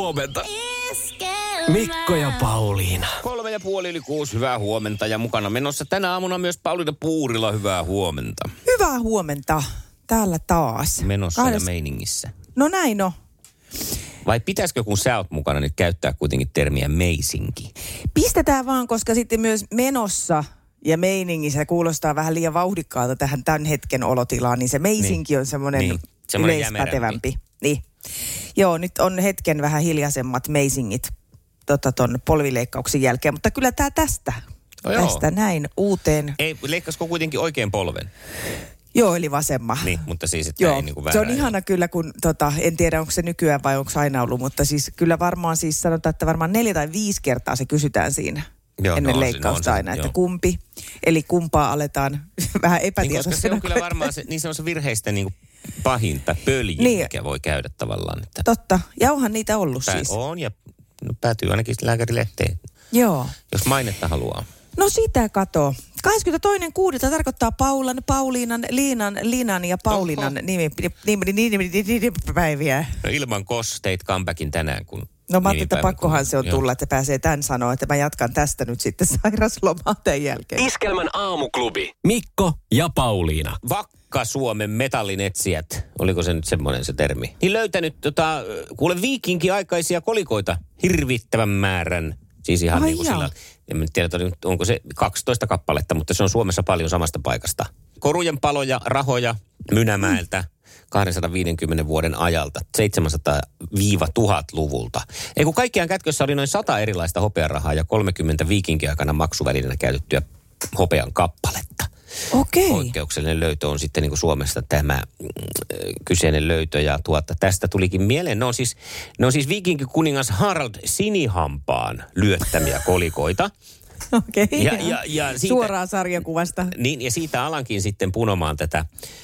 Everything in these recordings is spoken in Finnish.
huomenta. Mikko ja Pauliina. 5:03, hyvää huomenta ja mukana menossa tänä aamuna myös Pauliina Puurila, hyvää huomenta. Hyvää huomenta, täällä taas. Menossa ja meiningissä. No näin on. Vai pitäisikö, kun sä oot mukana, nyt käyttää kuitenkin termiä meisinki? Pistetään vaan, koska sitten myös menossa ja meiningissä kuulostaa vähän liian vauhdikkaalta tähän tämän hetken olotilaan, niin se meisinki on semmoinen yleispätevämpi. Niin. Joo, nyt on hetken vähän hiljaisemmat meisingit ton polvileikkauksen jälkeen, mutta kyllä tämä tästä näin uuteen. Ei, leikkasko kuitenkin oikein polven? Joo, eli vasemma. Niin, mutta siis että ei niin kuin väärä. Se on ihana kyllä, kun en tiedä onko se nykyään vai onko se aina ollut, mutta siis kyllä varmaan siis sanotaan, että varmaan 4 tai 5 kertaa se kysytään siinä ennen leikkausta aina, että kumpi. Eli kumpaa aletaan vähän epätietoisena. Koska se on kyllä varmaan se on se virheistä niin kuin pahinta pöljin, mikä voi käydä tavallaan. Että totta, ja onhan niitä ollut siis. On ja päätyy ainakin lääkärilehteen, jos mainetta haluaa. No sitä kato. 22.6. tarkoittaa Pauliinan, Liinan ja Pauliinan nimipäiviä. No ilman teit comebackin tänään, kun no mä ajattelin, että pakkohan se on tulla, että pääsee tämän sanoa, että mä jatkan tästä nyt sitten sairaslomaa tämän jälkeen. Iskelmän aamuklubi. Mikko ja Pauliina. Vakka-Suomen metallin-etsijät, oliko se nyt semmoinen se termi? Niin löytänyt kuule viikinkiaikaisia kolikoita hirvittävän määrän. Siis ihan niin kuin sillä, en tiedä, onko se 12 kappaletta, mutta se on Suomessa paljon samasta paikasta. Korujen paloja, rahoja Mynämäeltä 250 vuoden ajalta, 700-1000-luvulta. Ei kun kaikkiaan kätkössä oli noin 100 erilaista hopearahaa ja 30 viikinkiaikana maksuvälineenä käytettyä hopean kappaletta. Okei. Poikkeuksellinen löytö on sitten niin kuin Suomesta tämä kyseinen löytö. Ja tästä tulikin mieleen. Ne on siis viikinkikuningas Harald Sinihampaan lyöttämiä kolikoita. Okei. Ja siitä, suoraan sarjakuvasta. Niin, ja siitä alankin sitten punomaan tätä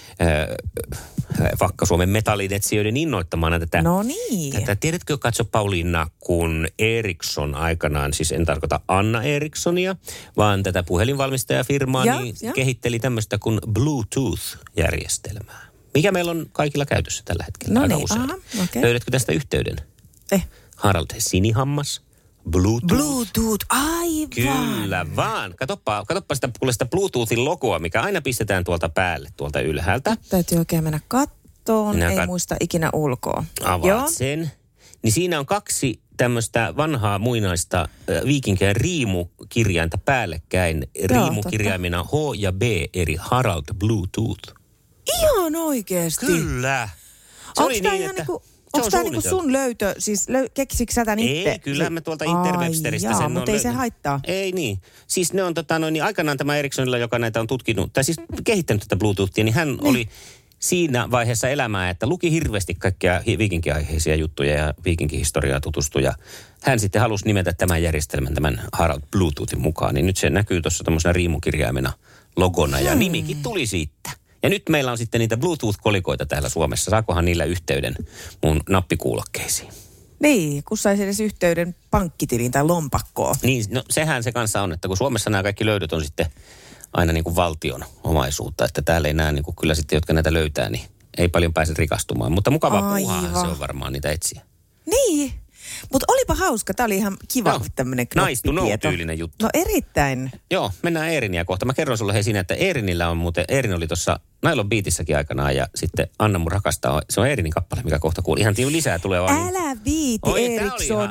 Vakka-Suomen metallinetsijöiden innoittamana tätä. No niin. Tiedätkö, katso Pauliina, kun Ericsson aikanaan, siis en tarkoita Anna Ericssonia, vaan tätä puhelinvalmistajafirmaa, kehitteli tämmöistä kuin Bluetooth-järjestelmää. Mikä meillä on kaikilla käytössä tällä hetkellä aika usein. Okay. Löydätkö tästä yhteyden? Harald Sinihammas. Bluetooth, aivan. Kyllä vaan. Katoppa sitä Bluetoothin logoa, mikä aina pistetään tuolta päälle, tuolta ylhäältä. Täytyy oikein mennä kattoon, ei muista ikinä ulkoa. Avaat sen. Niin siinä on 2 tämmöistä vanhaa muinaista viikinkien riimukirjainta päällekkäin. Riimukirjaimina H ja B eri Harald Bluetooth. Ihan oikeesti? Kyllä. Onko tämä ihan onko tämä niinku sun löytö, siis keksikö sä tän itse? Ei, kyllä mä tuolta Interwebsteristä sen mutta ei se haittaa. Ei niin. Siis ne on niin aikanaan tämä Ericssonilla, joka näitä on tutkinut, tai siis kehittänyt tätä Bluetoothia, niin hän oli siinä vaiheessa elämää, että luki hirveästi kaikkia viikinkiaiheisia juttuja ja viikinkihistoriaa tutustuja. Hän sitten halusi nimetä tämän järjestelmän, tämän Harald Bluetoothin mukaan, niin nyt se näkyy tuossa tämmöisenä riimukirjaimena logona ja nimikin tuli siitä. Ja nyt meillä on sitten niitä Bluetooth-kolikoita täällä Suomessa. Saakohan niillä yhteyden mun nappikuulokkeisiin? Niin, kun saisi edes yhteyden pankkitiliin tai lompakkoon. Niin, no sehän se kanssa on, että kun Suomessa nämä kaikki löydöt on sitten aina niin kuin valtion omaisuutta. Että täällä ei nämä niin kuin kyllä sitten, jotka näitä löytää, niin ei paljon pääse rikastumaan. Mutta mukavaa puuhaa se on varmaan niitä etsiä. Niin. Mutta olipa hauska. Tämä oli ihan kiva tämmöinen knoppitieto. Nice to tyylinen juttu. No erittäin. Joo, mennään Eeriniä kohta. Mä kerron sulle siinä, että Eerinillä on muuten, Eerin oli tuossa Nylon Beatissäkin aikanaan ja sitten Anna mun rakastaa, se on Eerinin kappale, mikä kohta kuuli. Ihan lisää tulee vaan. Älä viiti, Ericsson.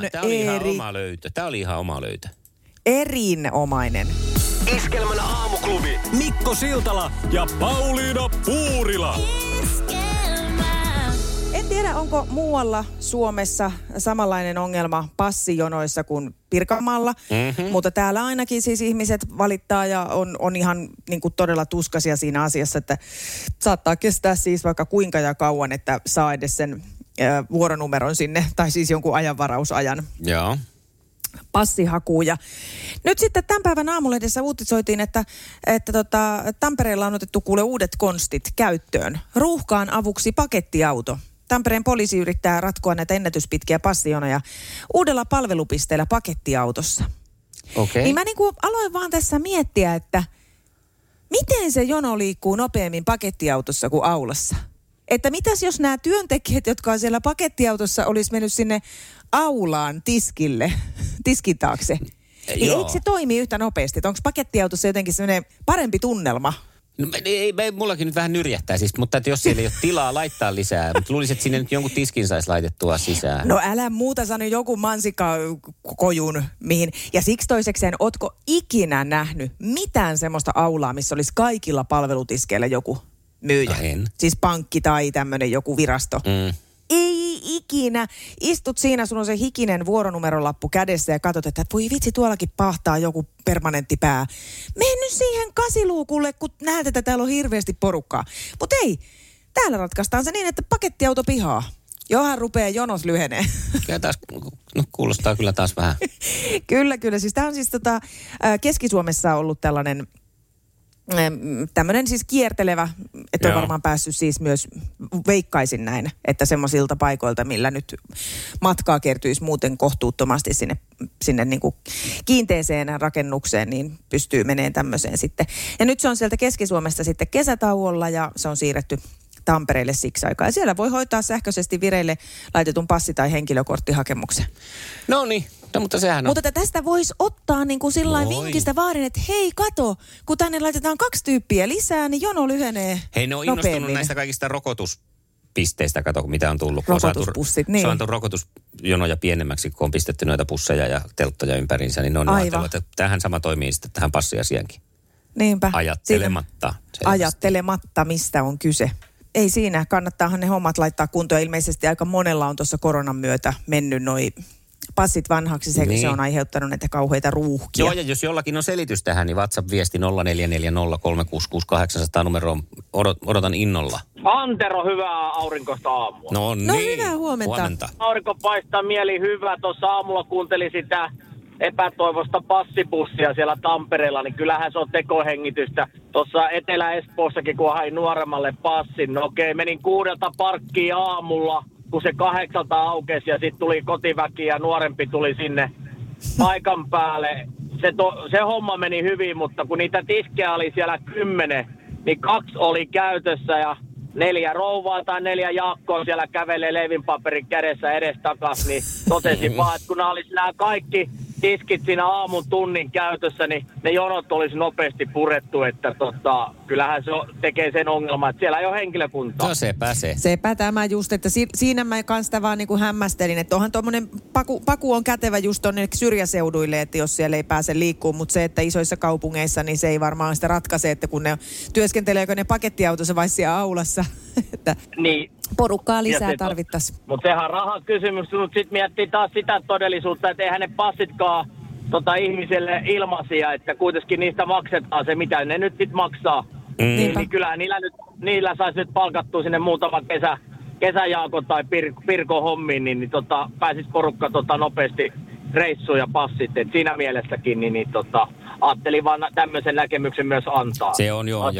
Tämä oli ihan oma löytö. Erinomainen. Iskelmän aamuklubi. Mikko Siltala ja Pauliina Puurila. En tiedä, onko muualla Suomessa samanlainen ongelma passijonoissa kuin Pirkanmaalla, mutta täällä ainakin siis ihmiset valittaa ja on ihan niin kuin todella tuskaisia siinä asiassa, että saattaa kestää siis vaikka kuinka ja kauan, että saa edes sen vuoronumeron sinne, tai siis jonkun ajanvarausajan. Joo. Passihakuun. Ja nyt sitten tämän päivän aamulehdessä uutisoitiin, että Tampereella on otettu kuule uudet konstit käyttöön. Ruuhkaan avuksi pakettiauto. Tampereen poliisi yrittää ratkoa näitä ennätyspitkiä passijonoja uudella palvelupisteellä pakettiautossa. Okei. Niin mä niinku aloin vaan tässä miettiä, että miten se jono liikkuu nopeammin pakettiautossa kuin aulassa? että mitäs jos nämä työntekijät, jotka on siellä pakettiautossa, olisi mennyt sinne aulaan tiskin taakse. Niin eikö se toimi yhtä nopeasti? Onko pakettiautossa jotenkin sellainen parempi tunnelma? No, mullakin nyt vähän nyrjähtää siis, mutta että jos siellä ei ole tilaa laittaa lisää, mutta luulisin, että sinne nyt jonkun tiskin saisi laitettua sisään. No älä muuta sano joku mansikkakojun mihin. Ja siksi toisekseen, ootko ikinä nähnyt mitään semmoista aulaa, missä olisi kaikilla palvelutiskeillä joku myyjä? No en. Siis pankki tai tämmöinen joku virasto. Ei ikinä. Istut siinä, sun on se hikinen vuoronumerolappu kädessä ja katsot, että voi vitsi, tuollakin pahtaa joku permanentti pää. Mene nyt siihen kasiluukulle, kun näet, että täällä on hirveästi porukkaa. Mutta ei, täällä ratkaistaan se niin, että pakettiauto pihaa. Johan rupeaa jonos lyhenee. Kyllä taas, kuulostaa kyllä taas vähän. Kyllä. Siis tämä on siis Keski-Suomessa ollut tämmöinen siis kiertelevä, että on varmaan päässyt siis myös, veikkaisin näin, että semmoisilta paikoilta, millä nyt matkaa kertyisi muuten kohtuuttomasti sinne niin kuin kiinteeseen rakennukseen, niin pystyy meneen tämmöiseen sitten. Ja nyt se on sieltä Keski-Suomesta sitten kesätauolla ja se on siirretty Tampereelle siksi aikaa. Ja siellä voi hoitaa sähköisesti vireille laitetun passi- tai henkilökorttihakemuksen. No niin, mutta sehän on. Mutta tästä voisi ottaa niin kuin sillain vinkistä vaarin, että hei kato, kun tänne laitetaan 2 tyyppiä lisää, niin jono lyhenee. Hei, ne on innostunut näistä kaikista rokotuspisteistä, kato mitä on tullut. Rokotuspussit, niin. Se on tullut rokotusjonoja pienemmäksi, kun on pistetty noita pusseja ja telttoja ympäriinsä, niin ne on ajatellut, että tähän sama toimii sitten tähän passiasiankin. Niinpä. Ajattelematta, mistä on kyse. Ei siinä, kannattaahan ne hommat laittaa kuntoon. Ilmeisesti aika monella on tuossa koronan myötä mennyt noi passit vanhaksi. Se on aiheuttanut näitä kauheita ruuhkia. Joo, ja jos jollakin on selitys tähän, niin WhatsApp-viesti 0440366800 numeroon. Odotan innolla. Antero, hyvää aurinkoista aamua. No hyvää huomenta. Aurinko paistaa, mieli hyvä. Tuossa aamulla kuuntelin sitä epätoivosta passipussia siellä Tampereella, niin kyllähän se on tekohengitystä. Tuossa Etelä-Espoossakin, kun hain nuoremmalle passin, no okei, menin 6 parkkiin aamulla, kun se 8 aukesi ja sitten tuli kotiväki ja nuorempi tuli sinne paikan päälle. Se homma meni hyvin, mutta kun niitä tiskejä oli siellä 10, niin 2 oli käytössä ja 4 rouvaa tai 4 jaakkoa siellä kävelee leivinpaperin kädessä edestakas, niin totesin vaan, että kun nämä kaikki tiskit siinä aamun tunnin käytössä, niin ne jonot olisi nopeasti purettu, että kyllähän se tekee sen ongelman, että siellä ei ole henkilökuntaa. No sepä se. Sepä tämä just, että siinä mä kanssa vaan niin kuin hämmästelin, että onhan tuommoinen paku on kätevä just tuonne syrjäseuduille, että jos siellä ei pääse liikkumaan, mutta se, että isoissa kaupungeissa, niin se ei varmaan sitä ratkaise, että kun ne työskenteleekö ne pakettiautossa vai siellä aulassa, että niin. Porukkaa lisää tarvittaisiin. Mutta sehän rahakysymys, mutta sitten miettii taas sitä todellisuutta, että eihän ne passitkaan ihmiselle ilmaisia, että kuitenkin niistä maksetaan se, mitä ne nyt sitten maksaa. Niin kyllähän niillä saisi nyt palkattua sinne muutama kesäjaako tai Pirko hommiin, niin pääsisi porukka nopeasti reissuun ja passit. Et siinä mielessäkin niin ajattelin vaan tämmöisen näkemyksen myös antaa. Se on joo.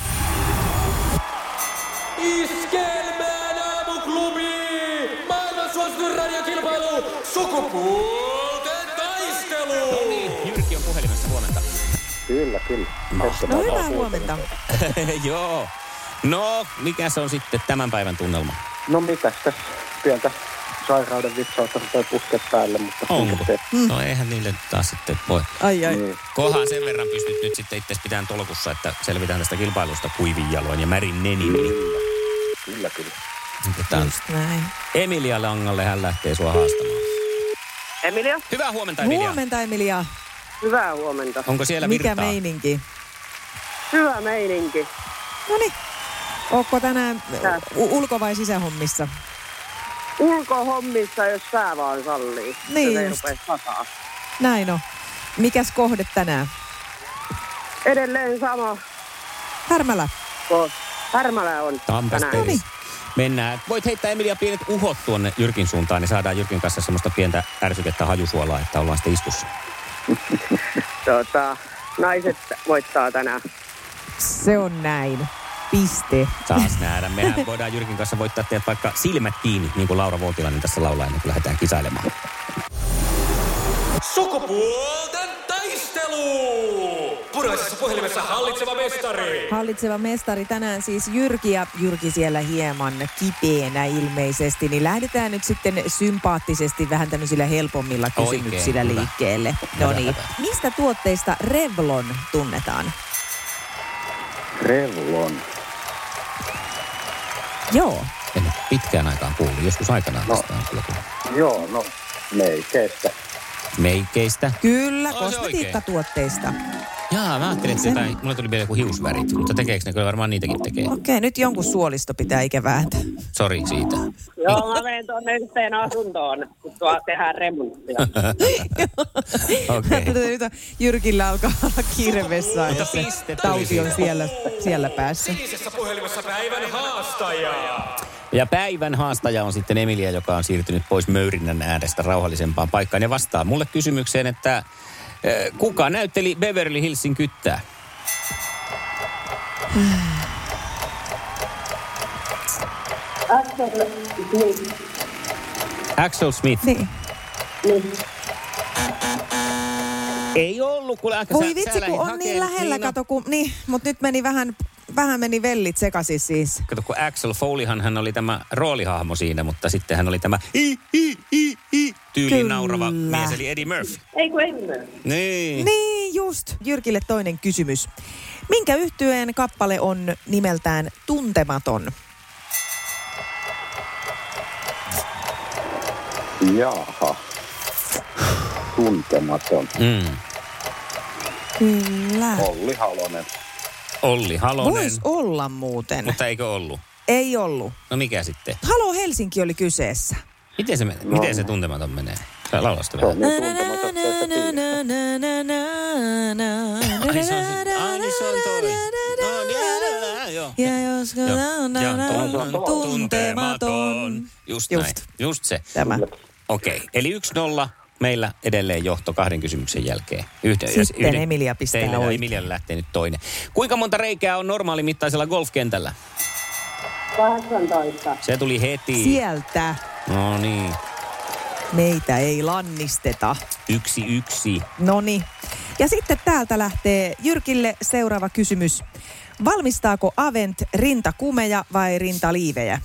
Iskelmään aamuklubi! Maailman suosituin radiokilpailu! Sukupuolten taistelu! No niin, Jyrki on puhelimessa, huomenta. Kyllä. No hyvää huomenta. Joo. No, mikä se on sitten tämän päivän tunnelma? No mitäs tässä pientä sairauden vitsausta toi pusket päälle, mutta... Onko? No eihän niille taas sitten voi. Ai. Niin. Kohan sen verran pystyt nyt sitten itse pitämään tolkussa, että selvitään tästä kilpailusta kuivin jaloin ja märin nenin. Kyllä. Just näin. Emilia Langalle, hän lähtee sua haastamaan. Emilia? Hyvää huomenta, Emilia. Huomenta, Emilia. Hyvää huomenta. Onko siellä virtaa? Mikä meininki? Hyvä meininki. Noniin. Ootko tänään ulko- vai sisähommissa? Ulkohommissa, jos sää vaan sallii. Niin just. Näin on. Mikäs kohde tänään? Edelleen sama. Härmälä. Härmälä on tänään. Mennään. Voit heittää Emilia pienet uhot tuonne Jyrkin suuntaan, niin saadaan Jyrkin kanssa semmoista pientä ärsykettä hajusuolaa, että ollaan sitten iskussa. Naiset voittaa tänään. Se on näin. Piste. Saas nähdä. Mehän voidaan Jyrkin kanssa voittaa teidät vaikka silmät kiinni, niin kuin Laura Voutilainen tässä laulaa, ennen kuin lähdetään kisailemaan. Sukupuolten taistelu! Puraisessa puhelimessa hallitseva mestari. Hallitseva mestari tänään siis Jyrki, ja Jyrki siellä hieman kipeänä ilmeisesti. Niin lähdetään nyt sitten sympaattisesti vähän tämmöisillä helpommilla kysymyksillä Oikein, liikkeelle. No niin, mistä tuotteista Revlon tunnetaan? Revlon. Joo. En ole pitkään aikaan kuullut. Joskus aikanaan tästä on kyllä tullut. Joo, no meikeistä. Meikkeistä. Kyllä, Se kosmetiikkatuotteista. Jaa, mä ajattelin, että jotain, mulle tuli vielä joku hiusvärit, mutta tekeekö ne? Kyllä varmaan niitäkin tekee. Okei, nyt jonkun suolisto pitää ikä vääntää. Sori siitä. Joo, mä menen tuonne yhteen asuntoon, kun tuolla tehdään remonttia. Okei. Nyt Jyrkillä alkaa olla kiire vessaan, Mutta ja se piste tauti on tuli siellä päässä. Sinisessä puhelimessa päivän haastaja. Ja päivän haastaja on sitten Emilia, joka on siirtynyt pois möyrinnän äärestä rauhallisempaan paikkaan. Ja vastaa mulle kysymykseen, että kuka näytteli Beverly Hillsin Kyttää? Axel Smith. Niin. Ei ollut, kuule aika Voi vitsi, kun on niin lähellä, kato kun... Niin, mutta nyt meni vähän meni vellit sekaisin siis. Kato, kun Axel Foleyhan hän oli tämä roolihahmo siinä, mutta sitten hän oli tämä tyyliin naurava mies, eli Eddie Murphy. Ei kun emme. Niin, just. Jyrkille toinen kysymys. Minkä yhtyeen kappale on nimeltään Tuntematon? Jaha. Tuntematon. Kyllä. Olli Halonen. Olli Halonen. Vois olla muuten. Mutta eikö ollut? Ei ollut. No mikä sitten? Halo Helsinki oli kyseessä. Miten se menee? Miten se Tuntematon menee? Sä laulasta Se on vähän. niin tuntematon, että se Ai se on toi. Joo. Ja jos Ja tuntematon. Just näin. Just se. Tämä. Okei. Eli 1-0 meillä edelleen johto 2 kysymyksen jälkeen. Sitten Emilia pistää teille oikein. Emilia lähtee nyt toinen. Kuinka monta reikää on normaalimittaisella golfkentällä? 18. Se tuli heti. Sieltä No niin. meitä ei lannisteta. 1-1. Noni. Ja sitten täältä lähtee Jyrkille seuraava kysymys. Valmistaako Avent rintakumeja vai rintaliivejä?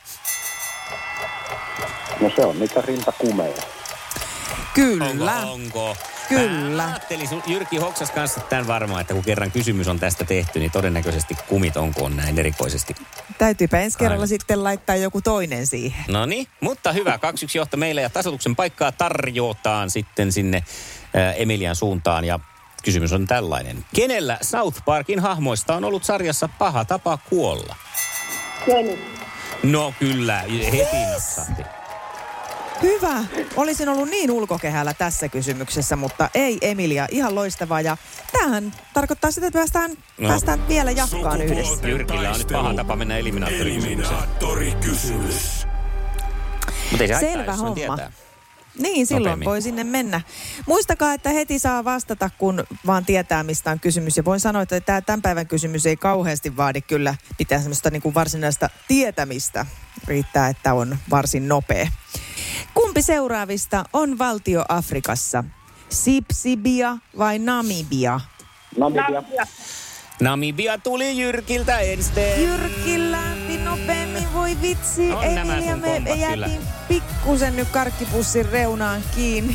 No se on niitä rintakumeja. Kyllä. Onko? Kyllä. Mä ajattelin, Jyrki hoksas kanssa tämän varmaan, että kun kerran kysymys on tästä tehty, niin todennäköisesti kumit on näin erikoisesti. Täytyypä ensi kerralla Aivan. sitten laittaa joku toinen siihen. No niin, mutta hyvä. 2-1 johto meille ja tasoituksen paikkaa tarjotaan sitten sinne Emilian suuntaan. Ja kysymys on tällainen. Kenellä South Parkin hahmoista on ollut sarjassa paha tapa kuolla? Keni. No kyllä, heti napsahti. Hyvä. Olisin ollut niin ulkokehällä tässä kysymyksessä, mutta ei Emilia. Ihan loistavaa. Ja tämähän tarkoittaa sitä, että päästään vielä jatkaan yhdessä. Jyrkillä on nyt paha tapa mennä eliminaattorikysymykseen. Eliminaattorikysymys. Mutta ei se haittaa, Selvä jos sen homma. tietää. Niin, silloin Nopeammin. voi sinne mennä. Muistakaa, että heti saa vastata, kun vaan tietää, mistä on kysymys. Ja voin sanoa, että tämä tämän päivän kysymys ei kauheasti vaadi kyllä pitää semmoista niin kuin varsinaista tietämistä. Riittää, että on varsin nopea. Kumpi seuraavista on valtio Afrikassa? Sipsibia vai Namibia? Namibia. Namibia tuli Jyrkiltä ensin. Jyrki lähti nopeammin, voi vitsi. On nämä Emilia, sun me kompat kyllä. jäätiin pikkusen nyt karkkipussin reunaan kiinni.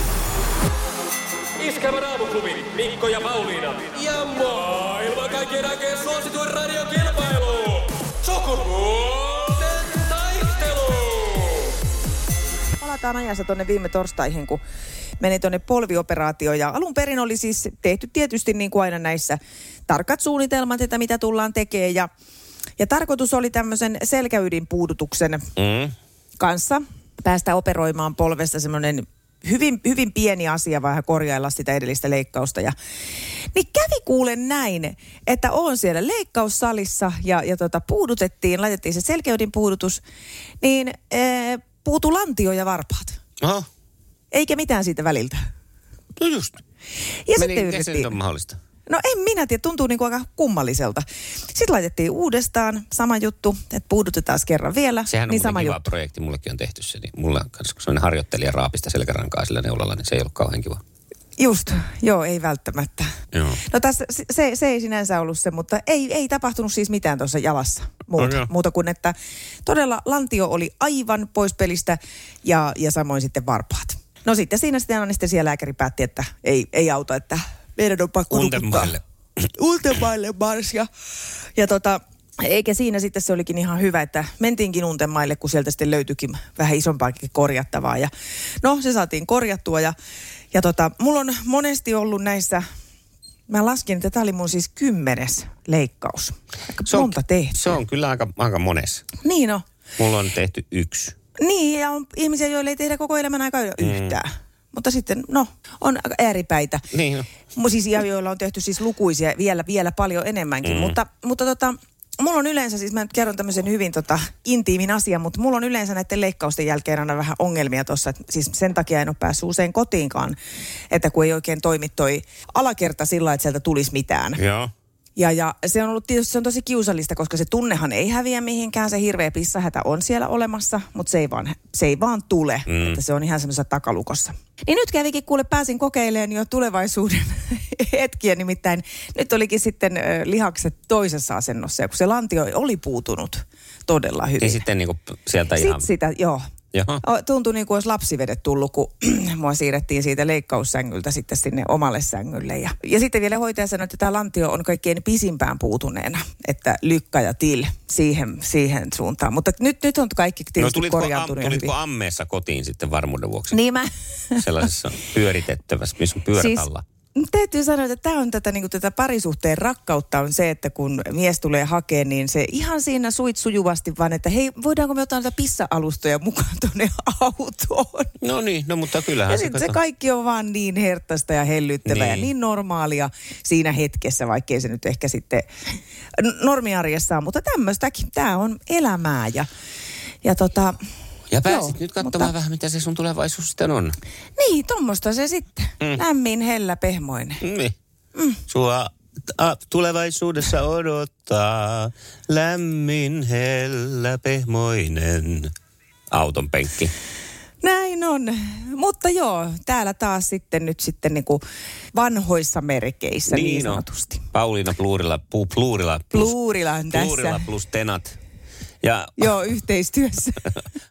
Iskelmän aamuklubi, Mikko ja Pauliina. Ja maailman kaikkien aikeen suosituen radiokilpailu. Sukupuolten taistelu. Palataan ajassa tuonne viime torstaihin, kun meni tuonne polvioperaatioon. Ja alun perin oli siis tehty tietysti niin kuin aina näissä tarkat suunnitelmat, että mitä tullaan tekemään. Ja tarkoitus oli tämmöisen selkäydinpuudutuksen kanssa päästä operoimaan polvesta semmoinen hyvin pieni asia, vähän korjailla sitä edellistä leikkausta. Niin kävi kuulen näin, että on siellä leikkaussalissa ja puudutettiin, laitettiin se selkäydinpuudutus, niin puutu lantio ja varpaat. Aha. Eikä mitään siitä väliltä. No just. Ja Meni, sitten miten se nyt on mahdollista? No en minä tiedä, tuntuu niin kuin aika kummalliselta. Sitten laitettiin uudestaan sama juttu, että puudutetaan kerran vielä. Sehän on niin sama kiva juttu. projekti, mullekin on tehty se. Niin mulla on kanssa, kun sellainen harjoittelija raapista selkärankaa sillä neulalla, niin se ei ollut kauhean kiva. Just, joo, ei välttämättä. Joo. No tässä se ei sinänsä ollut se, mutta ei tapahtunut siis mitään tuossa jalassa muuta kuin, että todella lantio oli aivan pois pelistä ja samoin sitten varpaat. No sitten siinä sitten anestesialääkäri päätti, että ei auta, että meidän on pakko Untemaille mars. Ja eikä siinä sitten se olikin ihan hyvä, että mentiinkin Untemaille, kun sieltä sitten löytyikin vähän isompaakin korjattavaa. Ja no se saatiin korjattua ja mulla on monesti ollut näissä, mä laskin, että tämä oli mun siis 10. leikkaus. Aika monta tehty. Se on kyllä aika mones. Niin on. Mulla on tehty 1. Niin, ja on ihmisiä, joille ei tehdä koko elämän aikaa yhtään. Mutta sitten, on ääripäitä. Niin. Siis joilla on tehty siis lukuisia, vielä paljon enemmänkin. Mutta mulla on yleensä, siis mä nyt kerron tämmöisen hyvin intiimin asian, mutta mulla on yleensä näiden leikkausten jälkeen aina vähän ongelmia tuossa. Siis sen takia en ole päässyt usein kotiinkaan, että kun ei oikein toimi toi alakerta sillä, että sieltä tulisi mitään. Joo. Ja se on ollut tietysti, se on tosi kiusallista, koska se tunnehan ei häviä mihinkään, se hirveä pissahätä on siellä olemassa, mutta se ei vaan tule, että se on ihan semmoisessa takalukossa. Niin nyt kävikin, pääsin kokeilemaan jo tulevaisuuden hetkiä, nimittäin nyt olikin sitten lihakset toisessa asennossa, ja kun se lantio oli puutunut todella hyvin. Niin sitten niinku sieltä ihan... Sitten sitä, joo. Jaha. Tuntui niin kuin olisi lapsivedet tullut, kun mua siirrettiin siitä leikkaussängyltä sitten sinne omalle sängylle. Ja sitten vielä hoitaja sanoi, että tämä lantio on kaikkein pisimpään puutuneena, että lykkä ja til siihen suuntaan. Mutta nyt on kaikki tietysti korjaantunut. Tulitko ammeessa kotiin sitten varmuuden vuoksi? Niin mä. Sellaisessa pyöritettävässä, missä on pyörät alla. Täytyy sanoa, että tämä on tätä parisuhteen rakkautta on se, että kun mies tulee hakemaan, niin se ihan siinä sujuvasti vaan, että hei, voidaanko me ottaa näitä pissa-alustoja mukaan tuonne autoon? No niin, mutta kyllähän ja sitten se kaikki on vaan niin herttaista ja hellyttävää ja niin normaalia siinä hetkessä, vaikkei se nyt ehkä sitten normiarjessa on, mutta tämmöistäkin, tämä on elämää ja pääsit nyt katsomaan vähän, mitä se sun tulevaisuus sitten on. Niin, tuommoista se sitten. Lämmin, hellä, pehmoinen. Niin. Sua tulevaisuudessa odottaa lämmin, hellä, pehmoinen auton penkki. Näin on. Mutta joo, täällä taas sitten nyt sitten niinku vanhoissa merkeissä niin sanotusti. On. Pauliina Pluurila Pluurila on tässä. Pluurila plus Tenat. Joo, yhteistyössä.